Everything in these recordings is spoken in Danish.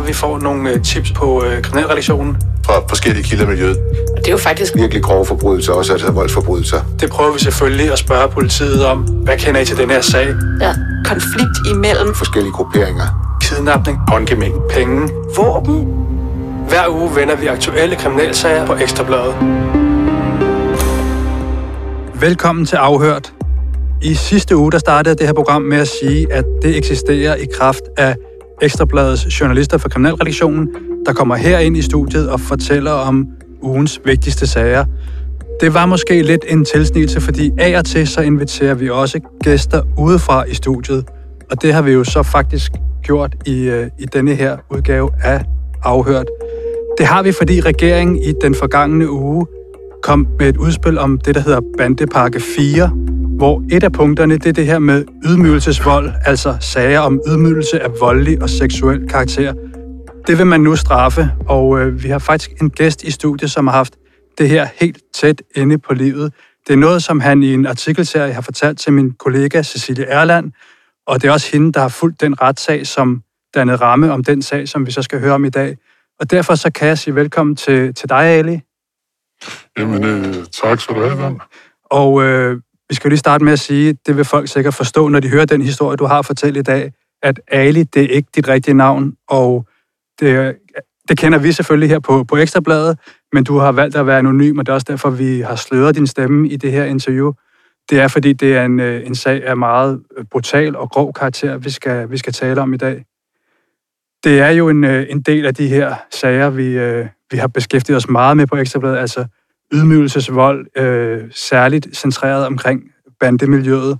vi får nogle tips på kriminalredaktionen. Fra forskellige kilder i miljøet. Det er jo faktisk virkelig grove forbrydelser, også altså voldsforbrydelser. Det prøver vi selvfølgelig at spørge politiet om. Hvad kender I til den her sag? Ja, konflikt imellem forskellige grupperinger. Kidnapning, håndgemæng, penge, våben. Hver uge vender vi aktuelle kriminalsager på Ekstra Bladet. Velkommen til Afhørt. I sidste uge der startede det her program med at sige, at det eksisterer i kraft af Ekstra Bladets journalister fra kriminalredaktionen, der kommer herind i studiet og fortæller om ugens vigtigste sager. Det var måske lidt en tilsnigelse, fordi af og til så inviterer vi også gæster udefra i studiet. Og det har vi jo så faktisk gjort i denne her udgave af Afhørt. Det har vi, fordi regeringen i den forgangne uge kom med et udspil om det, der hedder Bandepakke 4, hvor et af punkterne, det er det her med ydmygelsesvold, altså sager om ydmygelse af voldelig og seksuel karakter. Det vil man nu straffe, og vi har faktisk en gæst i studiet, som har haft det her helt tæt inde på livet. Det er noget, som han i en artikelserie har fortalt til min kollega Cecilie Erland, og det er også hende, der har fulgt den retssag, som dannede ramme om den sag, som vi så skal høre om i dag. Og derfor så kan jeg sige velkommen til dig, Ali. Jamen, tak skal du have. Og vi skal jo lige starte med at sige, det vil folk sikkert forstå, når de hører den historie, du har fortalt i dag, at Ali, det er ikke dit rigtige navn, og det kender vi selvfølgelig her på Ekstra Bladet, men du har valgt at være anonym, og det er også derfor, vi har sløret din stemme i det her interview. Det er, fordi det er en sag af meget brutal og grov karakter, vi skal tale om i dag. Det er jo en del af de her sager, vi har beskæftiget os meget med på Ekstra Bladet, altså ydmygelsesvold, særligt centreret omkring bandemiljøet.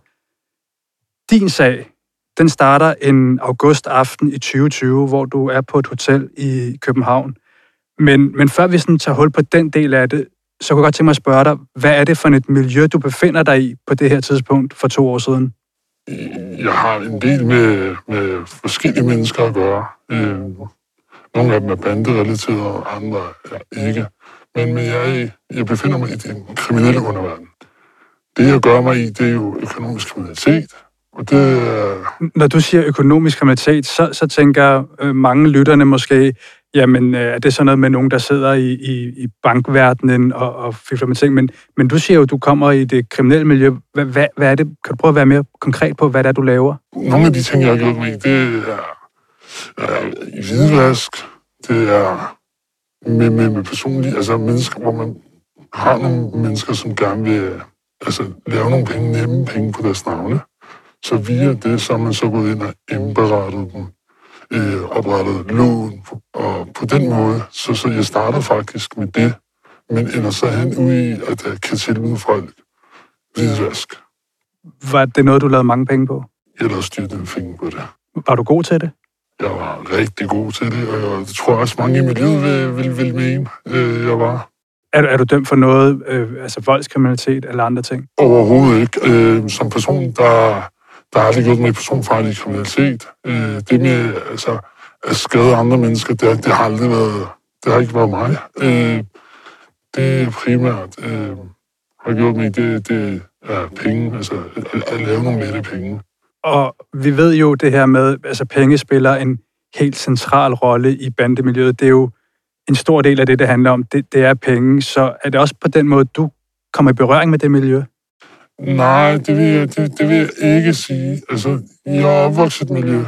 Din sag, den starter en augustaften i 2020, hvor du er på et hotel i København. Men før vi sådan tager hul på den del af det, så kunne jeg godt tænke mig at spørge dig, hvad er det for et miljø, du befinder dig i på det her tidspunkt for 2 år siden? Jeg har en del med forskellige mennesker at gøre. Nogle af dem er banderelateret, og andre er ikke. Men jeg befinder mig i den kriminelle underverden. Det, jeg gør mig i, det er jo økonomisk kriminalitet. Og det Når du siger økonomisk kriminalitet, så tænker mange lytterne måske, jamen er det sådan noget med nogen, der sidder i bankverdenen og fifler med ting, men du siger jo, at du kommer i det kriminelle miljø. Hvad er det? Kan du prøve at være mere konkret på, hvad det er, du laver? Nogle af de ting, jeg har gjort mig i, det er hvidvask, det er med personlige, altså mennesker, hvor man har nogle mennesker, som gerne vil lave nogle nemme penge på deres navne. Så via det, så har man så gået ind og indberettet dem, oprettet lån, og på den måde, så jeg startede faktisk med det, men ender så hen ud i, at jeg kan tilbyde folk hvidvask. Var det noget, du lavede mange penge på? Jeg lavede styrte penge på det. Var du god til det? Jeg var rigtig god til det, og jeg tror også, mange i miljøet vil mene, jeg var. Er du dømt for noget, altså voldskriminalitet eller andre ting? Overhovedet ikke. Som person, der har aldrig gjort mig i personfarlig kriminalitet. Det med at skade andre mennesker, det har aldrig været, det har ikke været mig. Det primært har gjort mig, det er penge, at lave nogle lette penge. Og vi ved jo det her med, altså penge spiller en helt central rolle i bandemiljøet. Det er jo en stor del af det handler om, det er penge. Så er det også på den måde, du kommer i berøring med det miljø? Nej, det vil jeg ikke sige. Altså, jeg er opvokset i et miljø.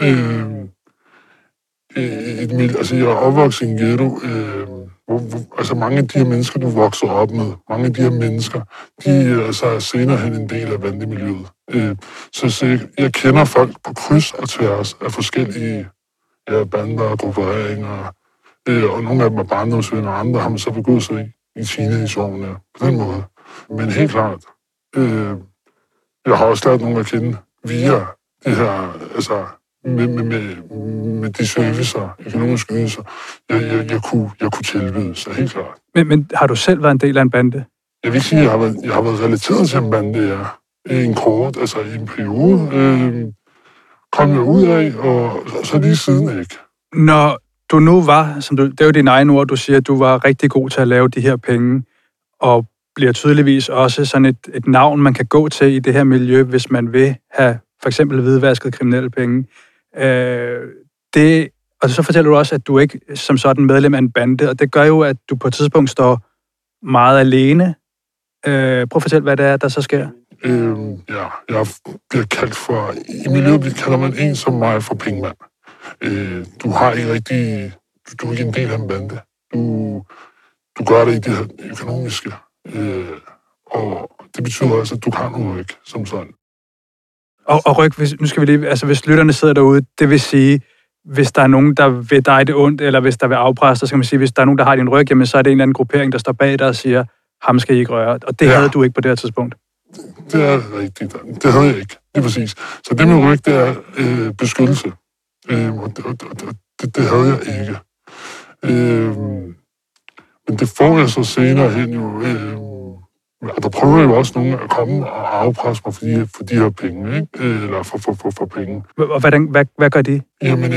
Jeg er opvokset i en ghetto. Hvor mange af de her mennesker, du vokser op med, mange af de her mennesker, de er senere hen en del af bandemiljøet. Så jeg kender folk på kryds og tværs af forskellige bander og grupperinger. Og nogle af dem er barndomsvenner, og andre har man så begået sig i teenageårene på den måde. Men helt klart, jeg har også lært nogle at kende via det her, med de servicer, økonomiske ydelser, jeg kunne tilbyde, så helt klart. Men har du selv været en del af en bande? Jeg vil sige, at jeg har været relateret til en bande, i en kort, i en periode. Kom jeg ud af, og så lige siden ikke. Når du nu var, det er jo dine egne ord, du siger, at du var rigtig god til at lave de her penge, og bliver tydeligvis også sådan et navn, man kan gå til i det her miljø, hvis man vil have for eksempel hvidvasket kriminelle penge. Det Og så fortæller du også, at du ikke som sådan medlem af en bande, og det gør jo, at du på et tidspunkt står meget alene. Prøv at fortælle, hvad det er, der så sker. Jeg bliver kaldt for... I miljøet kalder man en som mig for pengemand. Du har ikke rigtig... Du er ikke en del af en bande. Du gør det i det her økonomiske. Og det betyder også, at du kan noget ikke, som sådan. Og ryg, nu skal vi lige... Altså, hvis lytterne sidder derude, det vil sige, hvis der er nogen, der vil dig det ondt, eller hvis der vil afpresse dig, så kan man sige, hvis der er nogen, der har din ryg, jamen så er det en eller anden gruppering, der står bag dig og siger, ham skal I ikke røre. Og det havde du ikke på det her tidspunkt. Det er rigtigt. Det havde jeg ikke. Det er præcis. Så det med ryg, det er beskyttelse. Og det havde jeg ikke. Men det får jeg så senere hen jo. Og der prøver jo også nogen at komme og afpresse mig for de her penge, ikke? Eller for penge. Og hvad gør de? Jamen,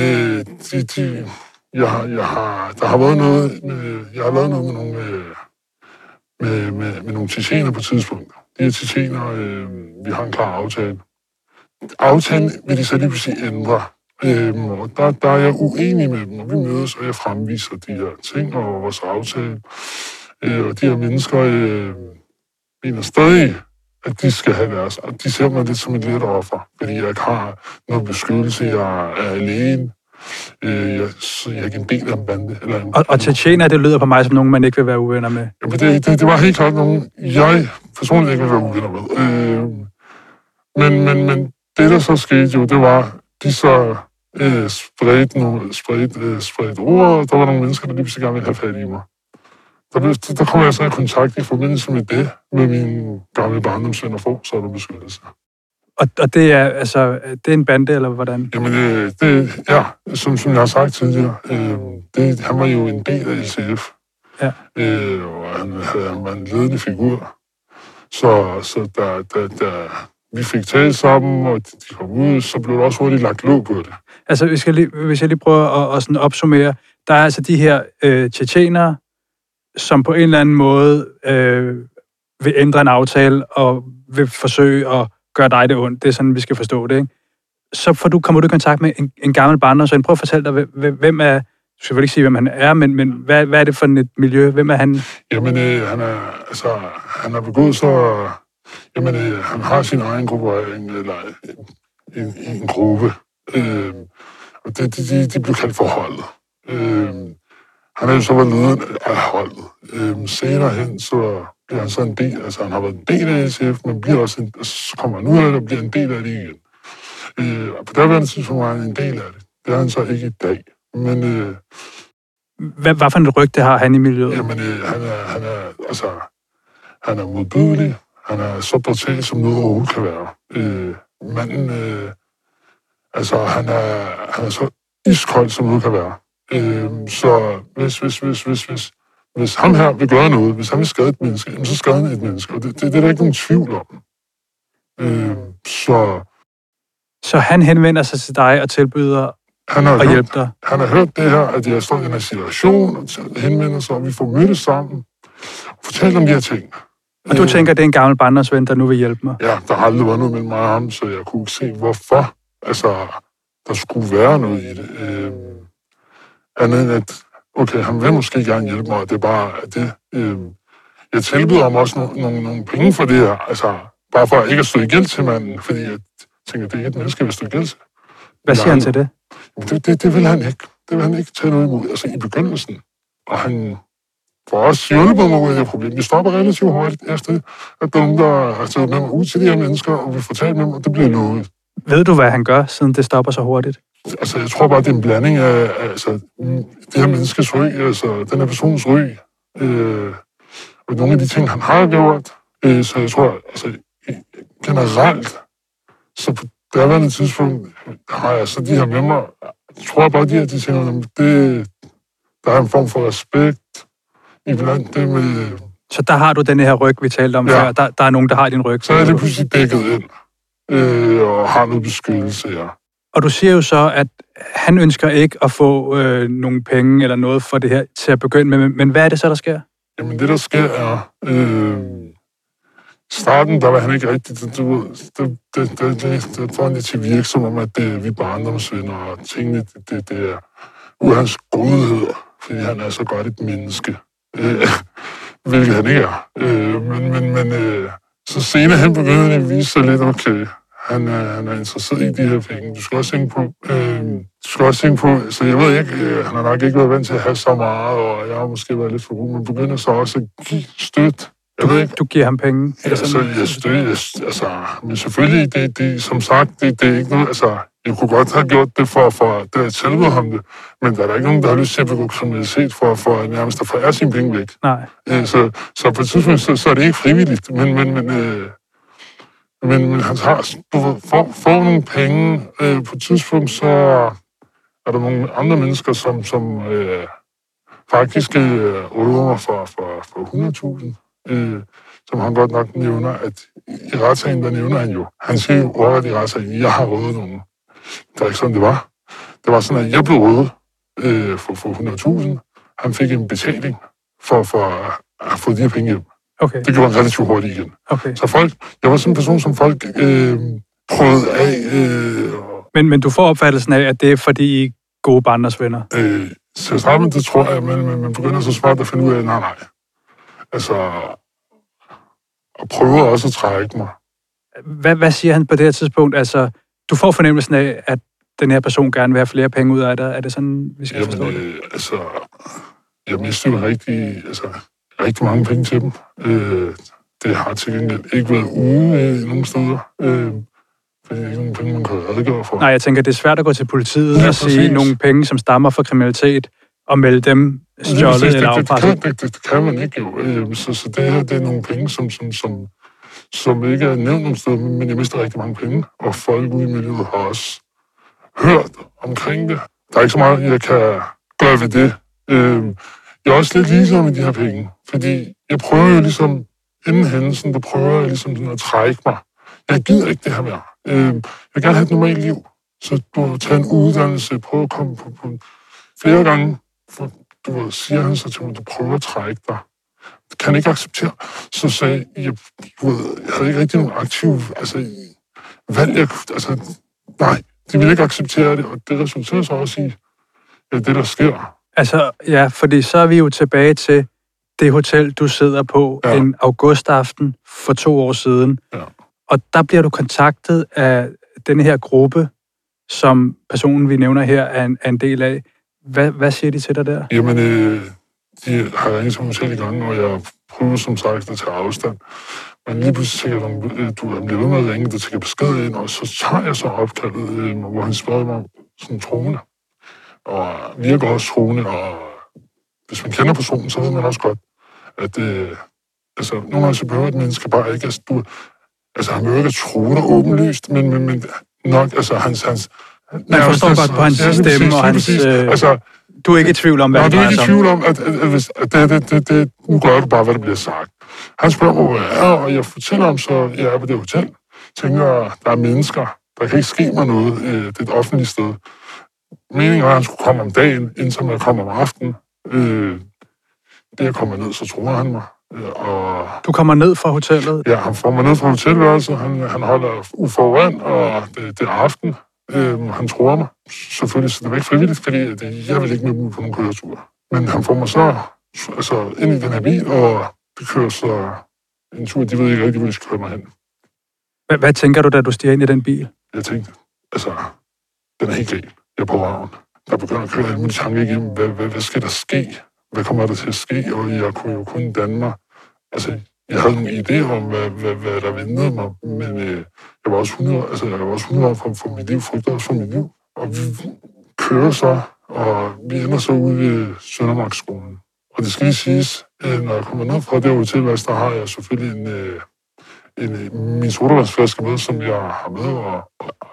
der har været noget... Jeg har lavet noget med nogle... Med nogle tjetjener på tidspunkt. De her tjetjener, vi har en klar aftale. Aftalen vil de så lige pludselig ændre. Og der er jeg uenig med dem, og vi mødes, og jeg fremviser de her ting og vores aftale. Og de her mennesker mener stadig, at de skal have deres. Og de ser mig lidt som et let offer, fordi jeg ikke har noget beskyttelse, jeg er alene. Så jeg er ikke en del af en bande. Og tjetjener, det lyder på mig som nogen, man ikke vil være uvenner med. Jamen, det var helt klart nogen, jeg personligt ikke vil være uvenner med. Men det, der så skete jo, det var, de så spredte ord, og der var nogle mennesker, der lige pludselig gerne ville have fat i mig. Der kom jeg så i kontakt i forbindelse med det, med min gamle barndomsven og få, så er der beskyttelse. Og det er, altså, det er en bande, eller hvordan? Jamen, som jeg har sagt tidligere, han var jo en del af LTF. Ja. Og han var en ledende figur. Så da vi fik talt sammen, og de kom ud, så blev der også hurtigt lagt låg på det. Altså, hvis jeg lige prøver at sådan opsummere, der er altså de her tjetjenere, som på en eller anden måde vil ændre en aftale og vil forsøge at gøre dig det ondt. Det er sådan, vi skal forstå det, ikke? Så kommer du i kontakt med en gammel barndomsven. Prøv at fortælle dig, hvem er... Du skal selvfølgelig ikke sige, hvem han er, men hvad er det for et miljø? Hvem er han? Jamen, han er begået så... Jamen, han har sin egen gruppering, eller en gruppe. Og de blev kaldt for holdet. Han er jo så været lederen af holdet. Senere hen, så bliver han så en del, altså han har været en del af SF, men bliver også så kommer han ud af det og bliver en del af det igen. Og på derværende tidspunkt var han en del af det. Det er han så ikke i dag. Men... Hvad for en rygte har han i miljøet? Jamen, han er modbydelig. Han er så brutal, som noget overhovedet kan være. Manden, han er så iskold, som noget kan være. Så hvis ham her vil gøre noget, hvis han vil skade et menneske, så skader han et menneske. Og det er der ikke nogen tvivl om. Så han henvender sig til dig og tilbyder at hjælpe dig? Han har hørt det her, at jeg står i en situation, og henvender sig, og vi får mødtes sammen og fortælle om de her ting. Og du tænker, det er en gammel barndomsven, der nu vil hjælpe mig? Ja, der har aldrig været noget mellem mig og ham, så jeg kunne ikke se, hvorfor der skulle være noget i det. Andet end at, okay, han vil måske gerne hjælpe mig, og det er bare det. Jeg tilbyder ham også nogle penge for det her, bare for ikke at stå i gæld til manden, fordi jeg tænker, det er et menneske, jeg vil stå i gæld til. Hvad siger han til det? Det vil han ikke. Det vil han ikke tage noget imod, i begyndelsen. Og han får også hjulpet mig ud af det problem. Vi stopper relativt hurtigt efter, at der er nogen, der har taget med mig ud til de her mennesker, og vi får talt med dem, og det bliver lovet. Ved du, hvad han gør, siden det stopper så hurtigt? Jeg tror bare, det er en blanding af det her menneskes ryg, den her persons ryg, og nogle af de ting, han har gjort. Så jeg tror, generelt, så på derværende tidspunkt har jeg så de her med mig. Jeg tror bare, de her ting, der er en form for respekt iblandt det med... Så der har du den her ryg, vi talte om før. Der er nogen, der har din ryg. Så er det pludselig dækket ind, og har noget beskyttelse, ja. Og du siger jo så, at han ønsker ikke at få nogle penge eller noget for det her til at begynde med. Men hvad er det så, der sker? Jamen det, der sker, er... starten, der var han ikke rigtig... Det får han lidt til virke, som om, at vi er barndomsvenner, og tingene, det er ud af hans godhed, fordi han er så godt et menneske. Hvilket han ikke er. Men så senere hen begynder det at vise sig lidt, okay, han er interesseret i de her penge. Du skal også tænke på, så jeg ved ikke, han har nok ikke været vant til at have så meget, og jeg har måske været lidt for god, men begynder så også at give støtte. Du giver ham penge? Ja, men selvfølgelig, det som sagt, det er ikke noget, altså, jeg kunne godt have gjort det for da jeg tilbød ham det, men der er ikke nogen, der har lyst til at begå kriminalitet for nærmest at forære sine penge væk. Nej. Så på et tidspunkt, så er det ikke frivilligt, men han har, får nogle penge. På et tidspunkt, så er der nogle andre mennesker, som faktisk råder mig for 100.000. Som han godt nok nævner, at i retssagen, der nævner han jo. Han siger jo ordret i retssagen, jeg har rådet nogen. Det er ikke sådan, det var. Det var sådan, at jeg blev rådet for 100.000. Han fik en betaling for at få de her penge hjem. Okay. Det gjorde han relativt hurtigt igen. Okay. Så jeg var sådan en person, som folk prøvede af. Men du får opfattelsen af, at det er fordi I er gode barndomsvenner? Så starten, det tror jeg, men man begynder så smart at finde ud af, nej. Altså, og prøver også at trække mig. Hvad siger han på det her tidspunkt? Altså, du får fornemmelsen af, at den her person gerne vil have flere penge ud af dig. Er det sådan, vi skal forstå det? Jeg mistede jo rigtig mange penge til dem. Det har til gengæld ikke været ude nogen steder. Fordi det er ikke nogen penge, man kan redegøre for. Nej, jeg tænker, det er svært at gå til politiet og sige nogle penge, som stammer fra kriminalitet, og melde dem stjålet eller afpresset. Det kan man ikke jo. Så det her, det er nogle penge, som ikke er nævnt nogen steder, men jeg mister rigtig mange penge. Og folk ude i miljøet har også hørt omkring det. Der er ikke så meget, jeg kan gøre ved det. Jeg er også lidt ligeglad med de her penge, fordi jeg prøver jo ligesom, inden hændelsen, der prøver jeg ligesom sådan at trække mig. Jeg gider ikke det her mere. Jeg vil gerne have et normalt liv. Så du tager en uddannelse, prøve at komme på flere gange. For du siger han så til mig, du prøver at trække dig. Det kan jeg ikke acceptere. Så sagde jeg havde ikke rigtig nogen aktiv valg. Nej, de ville ikke acceptere det, og det resulterer så også i det, der sker. Altså, ja, fordi så er vi jo tilbage til det hotel, du sidder på en augustaften for 2 år siden. Ja. Og der bliver du kontaktet af denne her gruppe, som personen, vi nævner her, er en del af. Hvad siger de til dig der? Jamen, de har ringet til mig selv i gang, og jeg prøver som sagt at tage afstand. Men lige pludselig tænker jeg, du er blevet ved med at ringe, der tænker besked ind, og så tager jeg så opkaldet, hvor han spørger mig sådan troende. Og virker også troende, og hvis man kender personen, så ved man også godt, at nogle gange så behøver et menneske bare ikke, han behøver ikke at tro dig åbenlyst, men nok, hans man forstår godt på hans stemme og hans... du er ikke i tvivl om, hvad det er. Du er ikke i tvivl om, at nu gør du bare, hvad der bliver sagt. Han spørger, hvor jeg er, og jeg fortæller ham så, jeg er på det hotel. Tænker, der er mennesker, der kan ikke ske mig noget. Det er et offentligt sted. Meningen var, at han skulle komme om dagen, indtil jeg kommer om aftenen. Det jeg kommer ned, så tror han mig. Og du kommer ned fra hotellet? Ja, han får mig ned fra hotelværelset. Han holder uforan, og det er aften. Han tror mig. Selvfølgelig, så det var ikke frivilligt, fordi jeg vil ikke med ud på nogle køreture. Men han får mig så ind i den her bil, og det kører så en tur, de ved ikke rigtig, hvor de skal køre mig hen. Hvad tænker du, da du stiger ind i den bil? Jeg tænkte, den er helt galt. Jeg er på raven. Der begynder at køre alle mine tanker igennem. Hvad skal der ske? Hvad kommer der til at ske? Og jeg kunne jo kun danne mig. Jeg havde nogle idéer om, hvad der ventede mig, men jeg var også 100 år for mit liv, frygtede også for mit liv. Og vi kører så, og vi ender så ude ved Søndermarksskolen. Og det skal lige siges, når jeg kommer ned fra det hotelværelse, der har jeg selvfølgelig min sodavandsflaske med, som jeg har med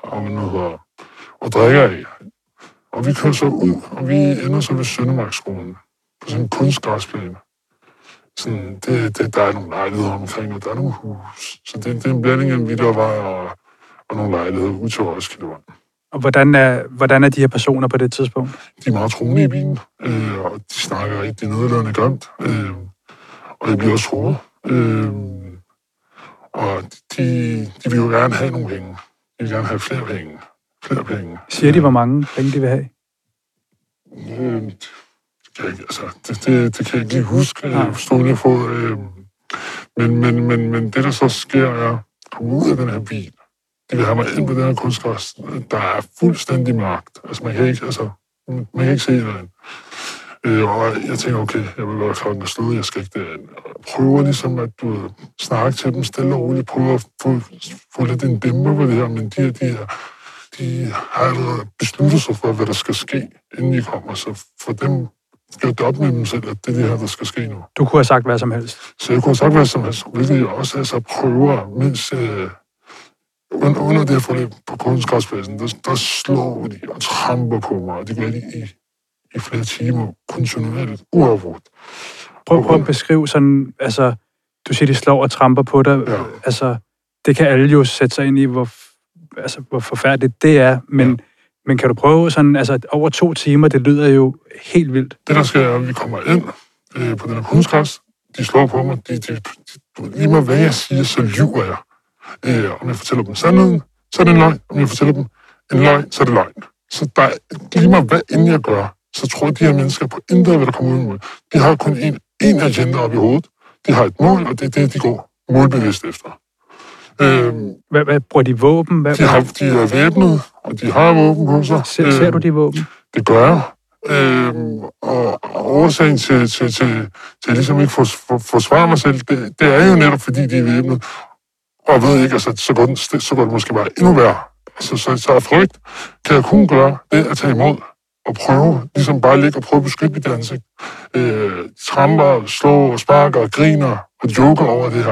og drikker af. Og vi kører så ud, og vi ender så ved Søndermarksskolen på sådan en kunstgræsplæne. Der er nogle lejligheder omkring, og der er nogle hus. Så det er en blanding af en Vildevej og nogle lejligheder ud til Roskilde. Og hvordan er de her personer på det tidspunkt? De er meget troende i bilen, og de snakker rigtig nedladende grimt. Og jeg bliver også troet. Og de vil jo gerne have nogle penge. De vil gerne have flere penge. Siger de, hvor mange penge de vil have? Det kan jeg ikke lige huske, stående på. Men det, der så sker, er at komme ud af den her bil. De vil have mig ind på den her kunstgræs. Der er fuldstændig mørkt. Altså, man kan ikke se det. Og jeg tænker, okay, jeg vil være klokken af slået, jeg skal ikke derind. Jeg prøver ligesom at snakke til dem stille og roligt, prøver at få lidt en dæmper på det her, men de har allerede besluttet sig for, hvad der skal ske, inden de kommer. Så for dem gjort det op med dem selv, at det er det her, der skal ske nu. Du kunne have sagt hvad som helst? Så jeg kunne have sagt hvad som helst, hvilket jeg også prøver, mens under det her forløb på kunstgræspladsen, der slår de og tramper på mig, og det gør de i flere timer, kontinuerligt, uafbrudt. Prøv at beskrive sådan, altså, du siger, de slår og tramper på dig. Ja. Altså, det kan alle jo sætte sig ind i, hvor forfærdeligt det er, men kan du prøve sådan, altså, over 2 timer, det lyder jo helt vildt. Det, der sker, er, at vi kommer ind på den her kunstgræs, de slår på mig, lige med hvad jeg siger, så lyver jeg. Om jeg fortæller dem sandheden, så er det en løgn. Om jeg fortæller dem en løgn, så er det løgn. Så der er lige meget hvad end jeg gør, så tror jeg, de her mennesker på intet, hvad der kommer ud mod. De har kun en agenda op i hovedet. De har et mål, og det er det, de går målbevidst efter. Hvad bruger de våben? De er væbnet, og de har våben på sig. Ser du de våben? Det gør jeg. Og årsagen til ligesom ikke forsvare mig selv, det er jo netop, fordi de er væbnet. Og ved ikke, altså, så går det måske bare endnu værre. Så af frygt kan jeg kun gøre det at tage imod og prøve, ligesom bare ligge og prøve at beskytte mit ansigt. Tramper, slår og sparker og griner og joker over det her.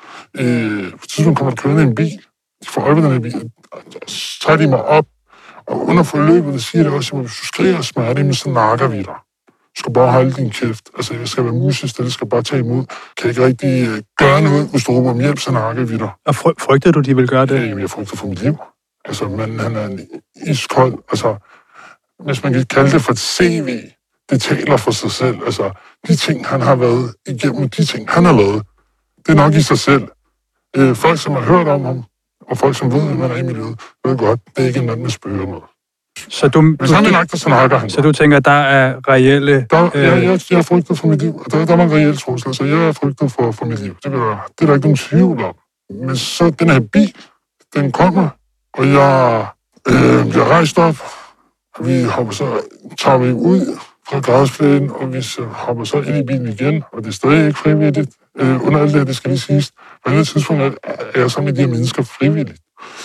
På tidspunkt kommer der kørende en bil. De får øje på den her bil. Så tager de mig op, og under forløbet, der siger det også, at hvis du skriger og smerte, så nakker vi dig. Du skal bare holde din kæft. Altså, jeg skal være musestille, skal bare tage imod. Kan ikke rigtig gøre noget, hvis du råber om hjælp, så nakker vi dig. Og frygtede du, de ville gøre det? Jeg frygter for mit liv. Altså, manden, han er en iskold. Altså, hvis man kan kalde det for et CV, det taler for sig selv. Altså, de ting, han har været igennem, de ting, han har lavet, det er nok i sig selv. Folk, som har hørt om ham, og folk, som ved, at man er i miljøet, ved godt, det er ikke en mand, man spørger noget. Hvis han er lagt, så nakker han. Så du tænker, at der er reelle... Jeg frygter for mit liv, og der er mange reelle trusler, så jeg er frygtet for mit liv. Det er der ikke nogen tvivl om. Men så den her bil, den kommer, og jeg bliver rejst op, og vi hopper så, tager vi ud fra græsplænen, og vi hopper så ind i bilen igen, og det er stadig ikke frivilligt. Under alt det skal lige siges. På et tidspunkt er jeg sammen med de her mennesker frivilligt.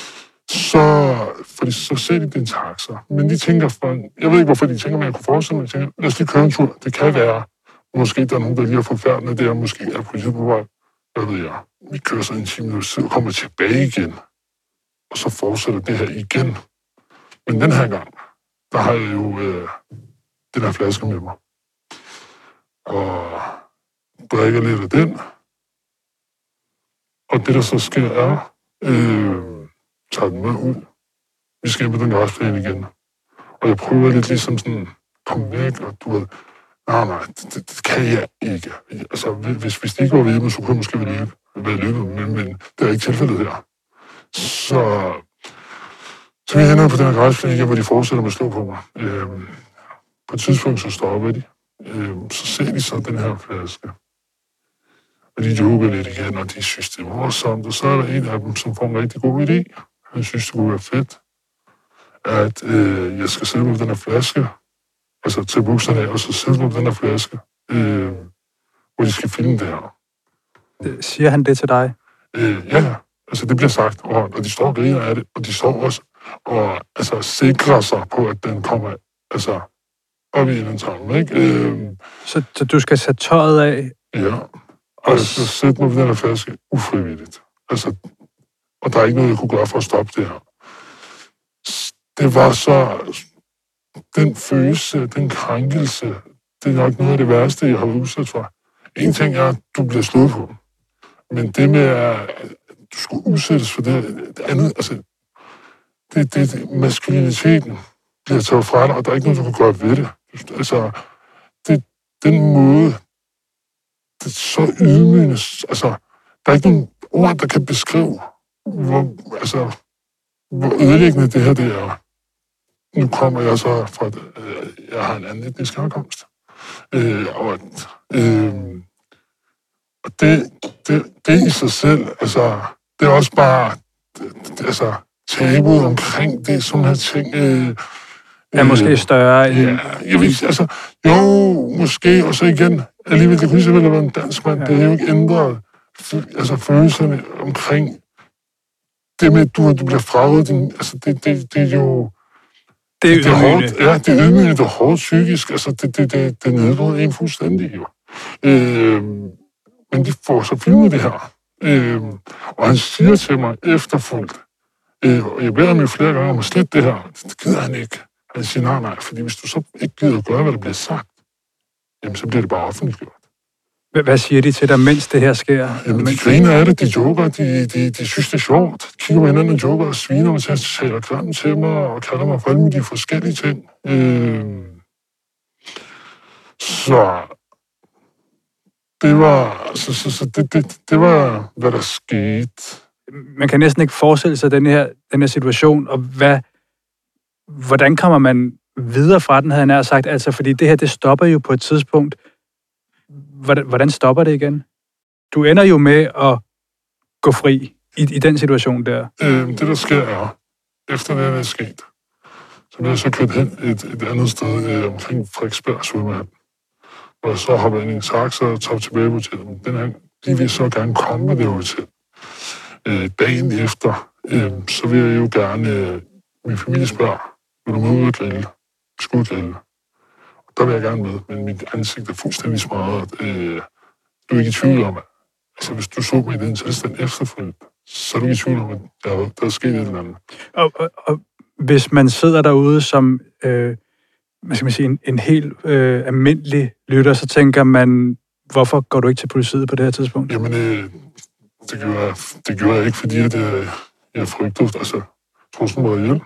Fordi så ser de den taxa. Men de tænker, jeg ved ikke, hvorfor de tænker, men jeg kunne forestille mig, tænker, lad os lige køre en tur. Det kan være, måske der er nogen, der lige har forfærdet det, og måske er politiet på vej. Hvad ved jeg? Vi kører så en time, og kommer tilbage igen. Og så fortsætter det her igen. Men den her gang, der har jeg jo den her flaske med mig. Og drikker lidt af den. Og det, der så sker, er, tager den med ud. Vi skal på den græsplæne igen. Og jeg prøver lidt ligesom sådan, komme væk, og du ved, nej, det kan jeg ikke. Altså, hvis det ikke var hjemme, så kunne jeg måske være løbet, men det er ikke tilfældet her. Så vi ender på den her græsplæne igen, hvor de fortsætter med at slå på mig. På et tidspunkt, så stopper de. Så ser de så den her flaske. Og de joker lidt igen, og de synes, det er morsomt. Og så er der en af dem, som får en rigtig god idé. Han synes, det kunne være fedt, at jeg skal sætte mig på den her flaske. Altså tage bukserne af, og så sætte mig på den her flaske. Hvor de skal filme det her. Siger han det til dig? Ja, altså det bliver sagt. Og de står og griner af det. Og de står også og altså, sikrer sig på, at den kommer altså, op i en tarm, ikke? Så du skal sætte tøjet af? Ja. Og så sætte mig på den her flaske ufrivilligt. Altså, og der er ikke noget, jeg kunne gøre for at stoppe det her. Det var så... Den følelse, den krænkelse, det er nok noget af det værste, jeg har udsat for. En ting er, at du bliver slået på. Men det med, at du skulle udsættes for det andet, altså... Det maskuliniteten bliver taget fra dig, og der er ikke noget, du kan gøre ved det. Altså, den måde... Det er så ydmygende. Altså, der er ikke nogen ord, der kan beskrive, hvor ødelæggende det her det er. nu kommer jeg så fra, jeg har en anden etnisk herkomst. Og det i sig selv, altså, det er også bare, altså, tabuet omkring det, sådan her ting. Er måske større end... Ja, jeg ved, altså, jo, måske, og så igen, alligevel, det kunne lige have været en dansk mand, det er jo ikke ændret, altså, følelserne omkring det med, at du bliver frarådet, altså, det er jo... Det er hårdt, ja, det er ydmygende, det er hårdt psykisk, altså, det nedbryder en fuldstændig, jo. Men de får så filmet det her, og han siger til mig efterfulgt, og jeg beder ham jo flere gange om at slette det her, det gider han ikke. Han siger, nej, fordi hvis du så ikke gider at gøre, hvad der bliver sagt, jamen, så bliver det bare offentliggjort. Hvad siger de til dig, mens det her sker? Jamen, de griner af det, de joker, de synes, det er sjovt. De kigger på hinanden og joker og sviner mig til at tale kvarten til mig og kalder mig for alle mulige forskellige ting. Så det var, det var, hvad der skete. Man kan næsten ikke forestille sig den her situation, og hvordan kommer man videre fra den, havde jeg nær sagt, altså, fordi det her, det stopper jo på et tidspunkt. Hvordan stopper det igen? Du ender jo med at gå fri i den situation der. Det, der sker, er, efter det er sket, så bliver jeg så kørt hen et andet sted omkring Frederiksberg Svømmehal, hvor jeg så hopper ind i en taxa og tager tilbage på hotellet. De vil så gerne komme med det hotel. Dagen efter, så vil jeg jo gerne, min familie spørger, vil du med ud og grille? Skudgrille. Og der vil jeg gerne med, men mit ansigt er fuldstændig smadret. Du er ikke i tvivl om, at altså, hvis du så mig i den tilstand efterfølgende, så er du ikke i tvivl om, at der er sket et eller andet. Og hvis man sidder derude som hvad skal man sige, en helt almindelig lytter, så tænker man, hvorfor går du ikke til politiet på det her tidspunkt? Jamen, det gjorde jeg ikke, fordi jeg frygtede, altså, truslen var ihjel.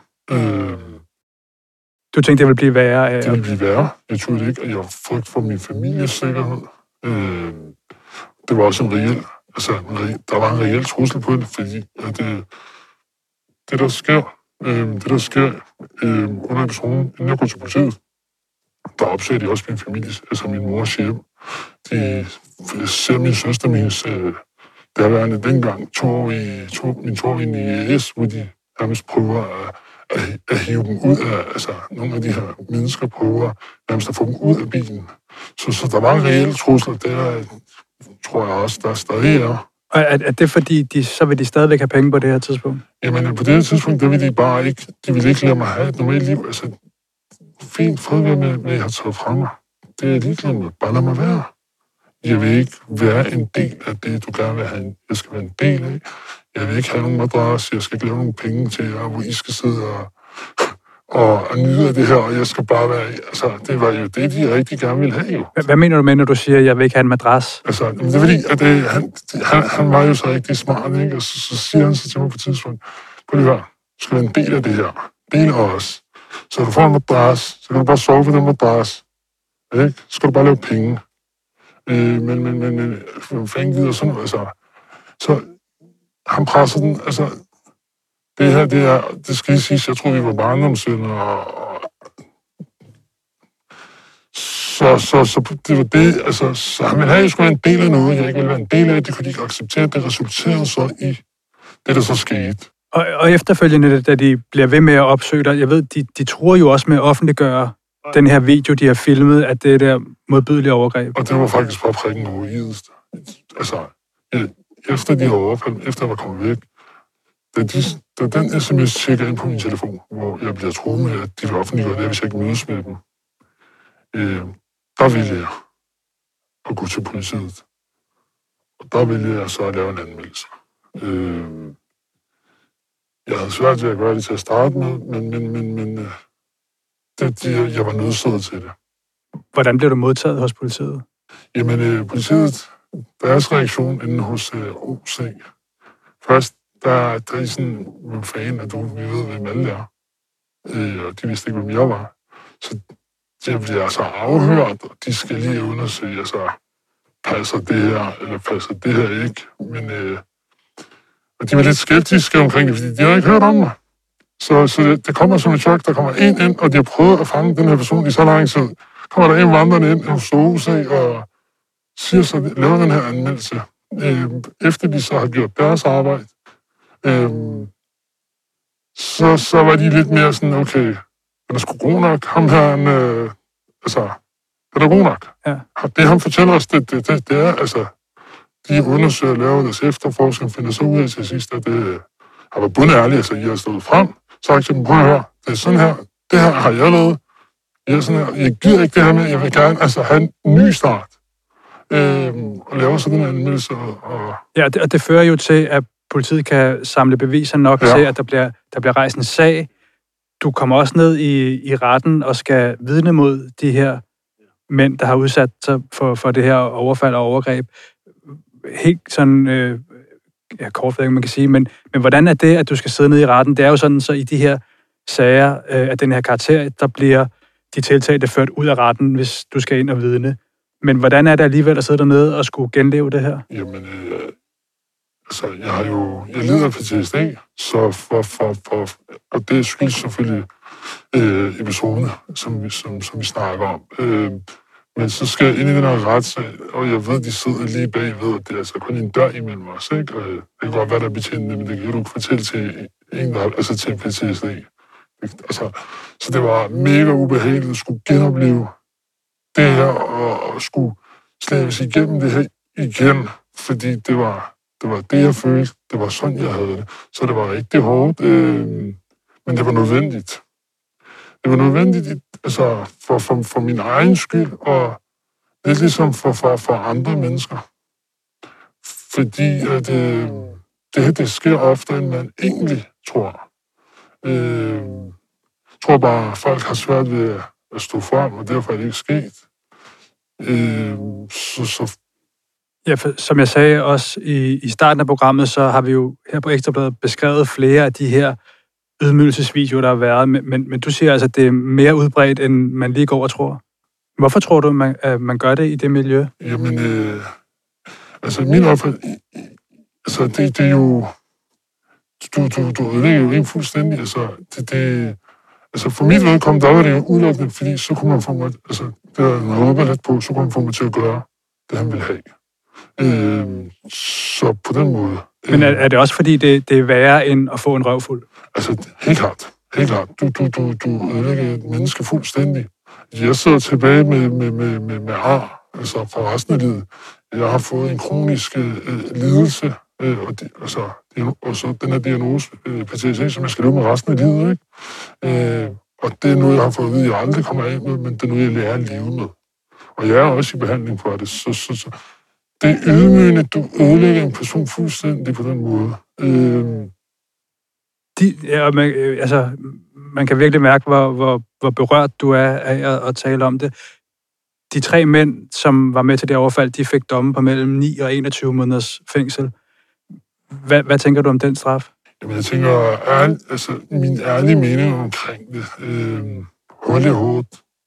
Du tænkte, det ville blive værre? Det ville blive værre. Jeg troede ikke, at jeg frygt for min families sikkerhed. Det var også en reel, altså, der var en reel trussel på det, fordi at det der sker under episoden, inden jeg går til politiet, der opsætter de også min familie, altså min mors hjem. De ser min søster, derværende dengang, min 2-årige ES, hvor de nærmest prøver at hive dem ud af, altså nogle af de her mennesker prøver nærmest at få dem ud af bilen. Så der var en reel trussel, der tror jeg også, der stadig er. Og er det fordi, så vil de stadigvæk have penge på det her tidspunkt? Jamen, på det her tidspunkt, der vil de bare ikke, de vil ikke lade mig have et normalt liv. Altså, fint fred med, hvad jeg har taget fra mig. Det er ligeglad med. Bare lad mig være. Jeg vil ikke være en del af det, du gerne vil have. Jeg skal være en del af. Jeg vil ikke have nogen madras. Jeg skal ikke lave nogle penge til jer, hvor I skal sidde og nyde af det her, og jeg skal bare være... Altså, det var jo det, de rigtig gerne ville have, jo. Hvad mener du med, når du siger, at jeg vil ikke have en madras? Altså, det er fordi, at han var jo så rigtig smart, ikke? Og så siger han så til mig på et tidspunkt, prøv lige hør, du skal være en del af det her. Del af os. Så du får en madras, så kan du bare sove på den madras. Ikke? Så skal du bare lave penge. Men fanden gider sådan noget, altså. Så han presser den, altså... Det her, det skal lige siges, jeg tror, vi var barndomsvenner, og så det var det, altså, så han ville have, at jeg skulle være en del af noget, jeg ikke ville være en del af, det kunne de ikke acceptere, det resulterede så i det, der så skete. Og efterfølgende, da de bliver ved med at opsøge dig, jeg ved, de tror jo også med at offentliggøre den her video, de har filmet, at det er der modbydelige overgreb. Og det var faktisk bare prikken over i. Altså, efter de havde overfaldet, efter jeg var kommet væk, da den sms tjekker ind på min telefon, hvor jeg bliver troet med, at de vil offentliggøre det, hvis jeg ikke mødes med dem, der ville jeg at gå til politiet. Og der ville jeg så at lave en anmeldelse. Jeg havde svært ved at gøre det til at starte med, men jeg var nødsaget til det. Hvordan blev du modtaget hos politiet? Jamen, politiet, deres reaktion inde hos OC. Først, der er sådan en fan, at vi ved, hvem alle er. Og de vidste ikke, hvem jeg var. Så det bliver altså afhørt, og de skal lige undersøge, altså, passer det her, eller passer det her ikke. Men og de var lidt skeptiske omkring det, fordi de har ikke hørt om mig. Så det kommer som et chok, der kommer en ind, og de har prøvet at fange den her person i så lang tid. Kommer der en vandrende ind, en sovse, og siger så, laver den her anmeldelse. Efter de så har gjort deres arbejde, så var de lidt mere sådan, okay, er der sgu god nok? Ham her, er der god nok? Ja. Det han fortæller os, det er, altså, de undersøger, laver deres efterforskning, finder så ud af til sidst, at det har været bundærligt, altså, I har stået frem, sagt til dem, prøv at høre, det er sådan her, det her har jeg lavet, jeg gider ikke det her med, jeg vil gerne have en ny start, og lave sådan en anmeldelse. Ja, og det fører jo til, at politiet kan samle beviser nok til, at der bliver rejst en sag. Du kommer også ned i retten og skal vidne mod de her mænd, der har udsat sig for det her overfald og overgreb. Helt sådan, kort ved ikke, man kan sige, men hvordan er det, at du skal sidde nede i retten? Det er jo sådan, så i de her sager af den her karakter, der bliver de tiltalte ført ud af retten, hvis du skal ind og vidne. Men hvordan er det alligevel at sidde dernede og skulle genleve det her? Jamen, jeg lider af PTSD, så og det skyldes selvfølgelig episoderne, som vi snakker om. Men så skal jeg ind i den her retssag, og jeg ved, de sidder lige bagved, og det er altså kun en dør imellem os, ikke? Og det kan godt være, der er betjentene, men det kan du ikke fortælle til en, der har, til PTSD. Så det var mega ubehageligt at skulle genopleve det her, og skulle slæbes igennem det her igen, fordi det var det, jeg følte. Det var sådan, jeg havde det. Så det var rigtig hårdt, men det var nødvendigt. Det var nødvendigt for min egen skyld, og lidt ligesom for andre mennesker. Fordi at, det sker oftere, end man egentlig tror. Jeg tror bare, at folk har svært ved at stå frem, og derfor er det ikke sket. Ja, for, som jeg sagde også i starten af programmet, så har vi jo her på Ekstra Bladet beskrevet flere af de her ydmygelsesvideoer, der har været, men du siger altså, at det er mere udbredt, end man lige går og tror. Hvorfor tror du, at man gør det i det miljø? Jamen, min opfattelse, det er jo, du ødelægger jo ikke fuldstændig, for mit vedkommende, der var det jo udelukkende, fordi så kunne man få mig, det havde jeg håbet lidt på, så kunne man få mig til at gøre det, han ville have. Så på den måde. Men er det også fordi, det er værre end at få en røvfuld? Helt klart. Du ødelægger et menneske fuldstændig. Jeg sidder tilbage med ar, for resten af livet. Jeg har fået en kronisk lidelse, og så den her diagnose, PTSD, som jeg skal leve med resten af livet, ikke? Og det er noget, jeg har fået at vide, jeg aldrig kommer af med, men det er noget, jeg lærer at leve med. Og jeg er også i behandling for det, så det er ydmygende, du ødelægger en person fuldstændig på den måde. Man kan virkelig mærke, hvor berørt du er af at tale om det. De 3 mænd, som var med til det overfald, de fik domme på mellem 9 og 21 måneders fængsel. Hvad tænker du om den straf? Jamen, jeg tænker, min ærlige mening omkring det. Hold i hovedet.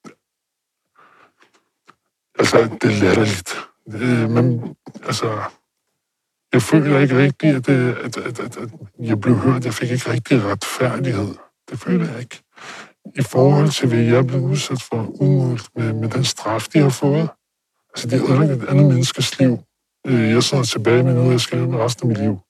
Det er latterligt. Men, jeg føler ikke rigtigt, at jeg blev hørt. Jeg fik ikke rigtig retfærdighed. Det føler jeg ikke. I forhold til, hvad jeg blev udsat for umuligt med den straf, de har fået. Det er ødelægget et andet menneskes liv. Jeg sidder tilbage med noget, jeg skal med resten af mit liv.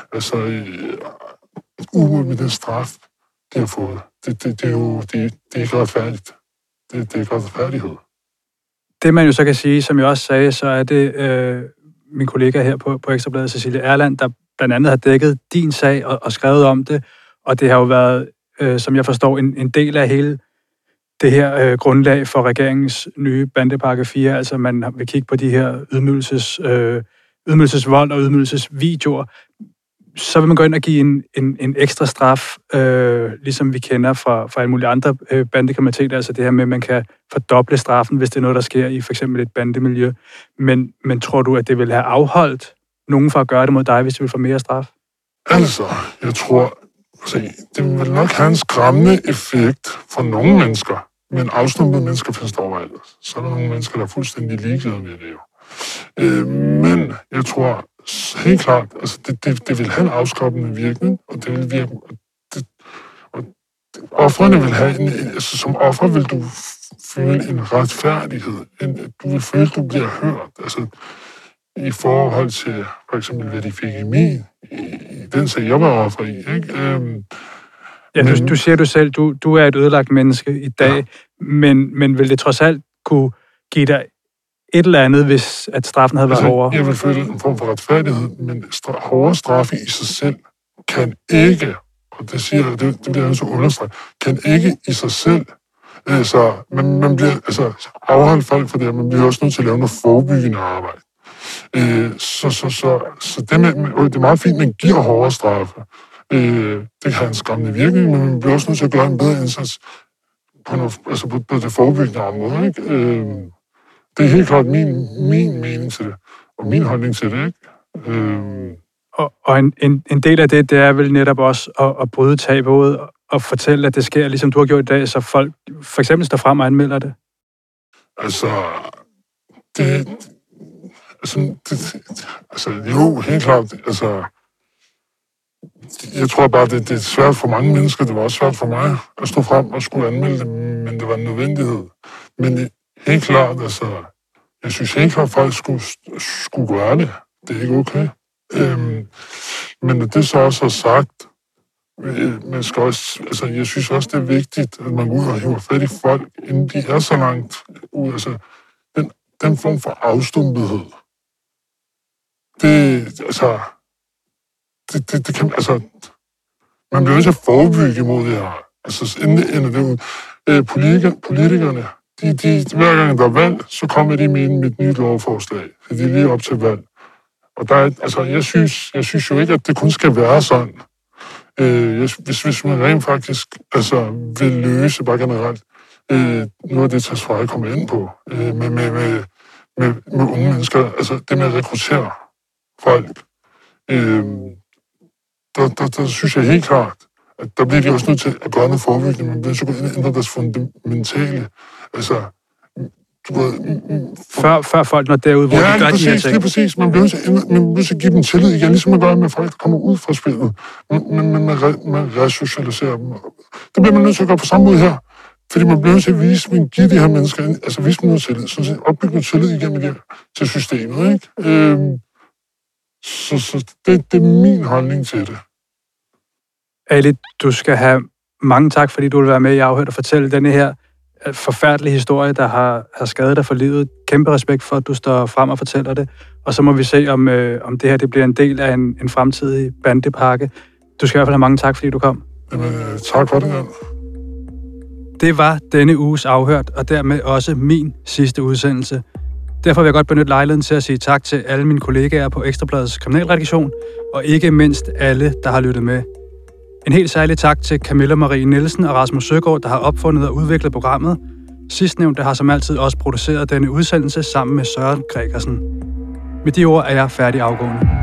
Umuligt med den straf, de har fået. Det er jo det er ikke retfærdigt. Det er ikke retfærdighed. Det man jo så kan sige, som jeg også sagde, så er det min kollega her på Ekstra Bladet, Cecilie Erland, der blandt andet har dækket din sag og skrevet om det, og det har jo været, som jeg forstår, en del af hele det her grundlag for regeringens nye bandepakke 4, altså man vil kigge på de her ydmygelsesvold og ydmygelsesvideoer, så vil man gå ind og give en ekstra straf, ligesom vi kender fra alle mulige andre bandekriminalitet, altså det her med, at man kan fordoble straffen, hvis det er noget, der sker i for eksempel et bandemiljø. Men tror du, at det vil have afholdt nogen fra at gøre det mod dig, hvis du vil få mere straf? Jeg tror, det vil nok have en skræmmende effekt for nogle mennesker, men afstumpede mennesker findes der overalt. Så er der nogle mennesker, der er fuldstændig ligeglade med det jo. Men jeg tror helt klart, det vil have en afskræmmende virkning, og det vil virke, og offrene vil have altså som offer vil du føle en retfærdighed. Du vil føle, at du bliver hørt. Altså, i forhold til for eksempel, hvad de fik i min, i den sag, jeg var offer i, ikke? Du siger du selv, du er et ødelagt menneske i dag, ja. men vil det trods alt kunne give dig et eller andet, hvis at straffen havde været hårdere? Jeg vil føle en form for retfærdighed, men hårde straffe i sig selv kan ikke, og det siger jeg, det bliver jeg så understreget, kan ikke i sig selv, så man bliver afholdt folk for det, man bliver også nødt til at lave noget forebyggende arbejde. Så det er meget fint, at man giver hårdere straffe. Det kan en skræmmende virkning, men man bliver også nødt til at gøre en bedre indsats på det forebyggende område. Ikke? Det er helt klart min mening til det, og min holdning til det. Ikke? Og en del af det er vel netop også at bryde tabuet og fortælle, at det sker, ligesom du har gjort i dag, så folk for eksempel står frem og anmelder det. Jo, helt klart. Jeg tror bare, det er svært for mange mennesker. Det var også svært for mig at stå frem og skulle anmelde det, men det var en nødvendighed. Men helt klart, jeg synes helt klart, at folk skulle gøre det. Det er ikke okay. Men når det så også er sagt, man skal også, jeg synes også, det er vigtigt, at man går ud og hiver fat i folk, inden de er så langt ud. Den form for afstumpethed, det kan, man bliver nødt til at forebygge imod det her. Inden det ud. Politikerne, hver gang der er valg, så kommer de med et nyt lovforslag. Det er lige op til valg. Og jeg synes jo ikke, at det kun skal være sådan. Hvis man rent faktisk vil løse bare generelt noget af det, Tesfaye kommer ind på, med unge mennesker, det med at rekruttere folk, der synes jeg helt klart, at der bliver de også nødt til at gøre noget forebyggende. Man bliver så gå ind og ændre deres fundamentale, Før folk når derud, hvor de gør de her ting. Det er præcis. Man bliver nødt til at give dem tillid igen, ligesom man gør med folk, der kommer ud fra spillet. Man resocialiserer dem. Det bliver man nødt til at gøre på samme måde her. Fordi man bliver nødt til at vise, man giver de her mennesker, vise dem noget tillid, sådan opbygge noget tillid igennem det til systemet, ikke? Så det er min holdning til det. Ali, du skal have mange tak, fordi du vil være med i Afhørt og fortælle denne her forfærdelige historie, der har skadet dig for livet. Kæmpe respekt for, at du står frem og fortæller det. Og så må vi se, om det her det bliver en del af en fremtidig bandepakke. Du skal i hvert fald have mange tak, fordi du kom. Jamen, tak for det, ja. Det var denne uges Afhørt, og dermed også min sidste udsendelse. Derfor vil jeg godt benytte lejligheden til at sige tak til alle mine kollegaer på Ekstra Bladets kriminalredaktion, og ikke mindst alle, der har lyttet med. En helt særlig tak til Camilla Marie Nielsen og Rasmus Søgaard, der har opfundet og udviklet programmet. Sidstnævnte har som altid også produceret denne udsendelse sammen med Søren Gregersen. Med de ord er jeg færdig afgående.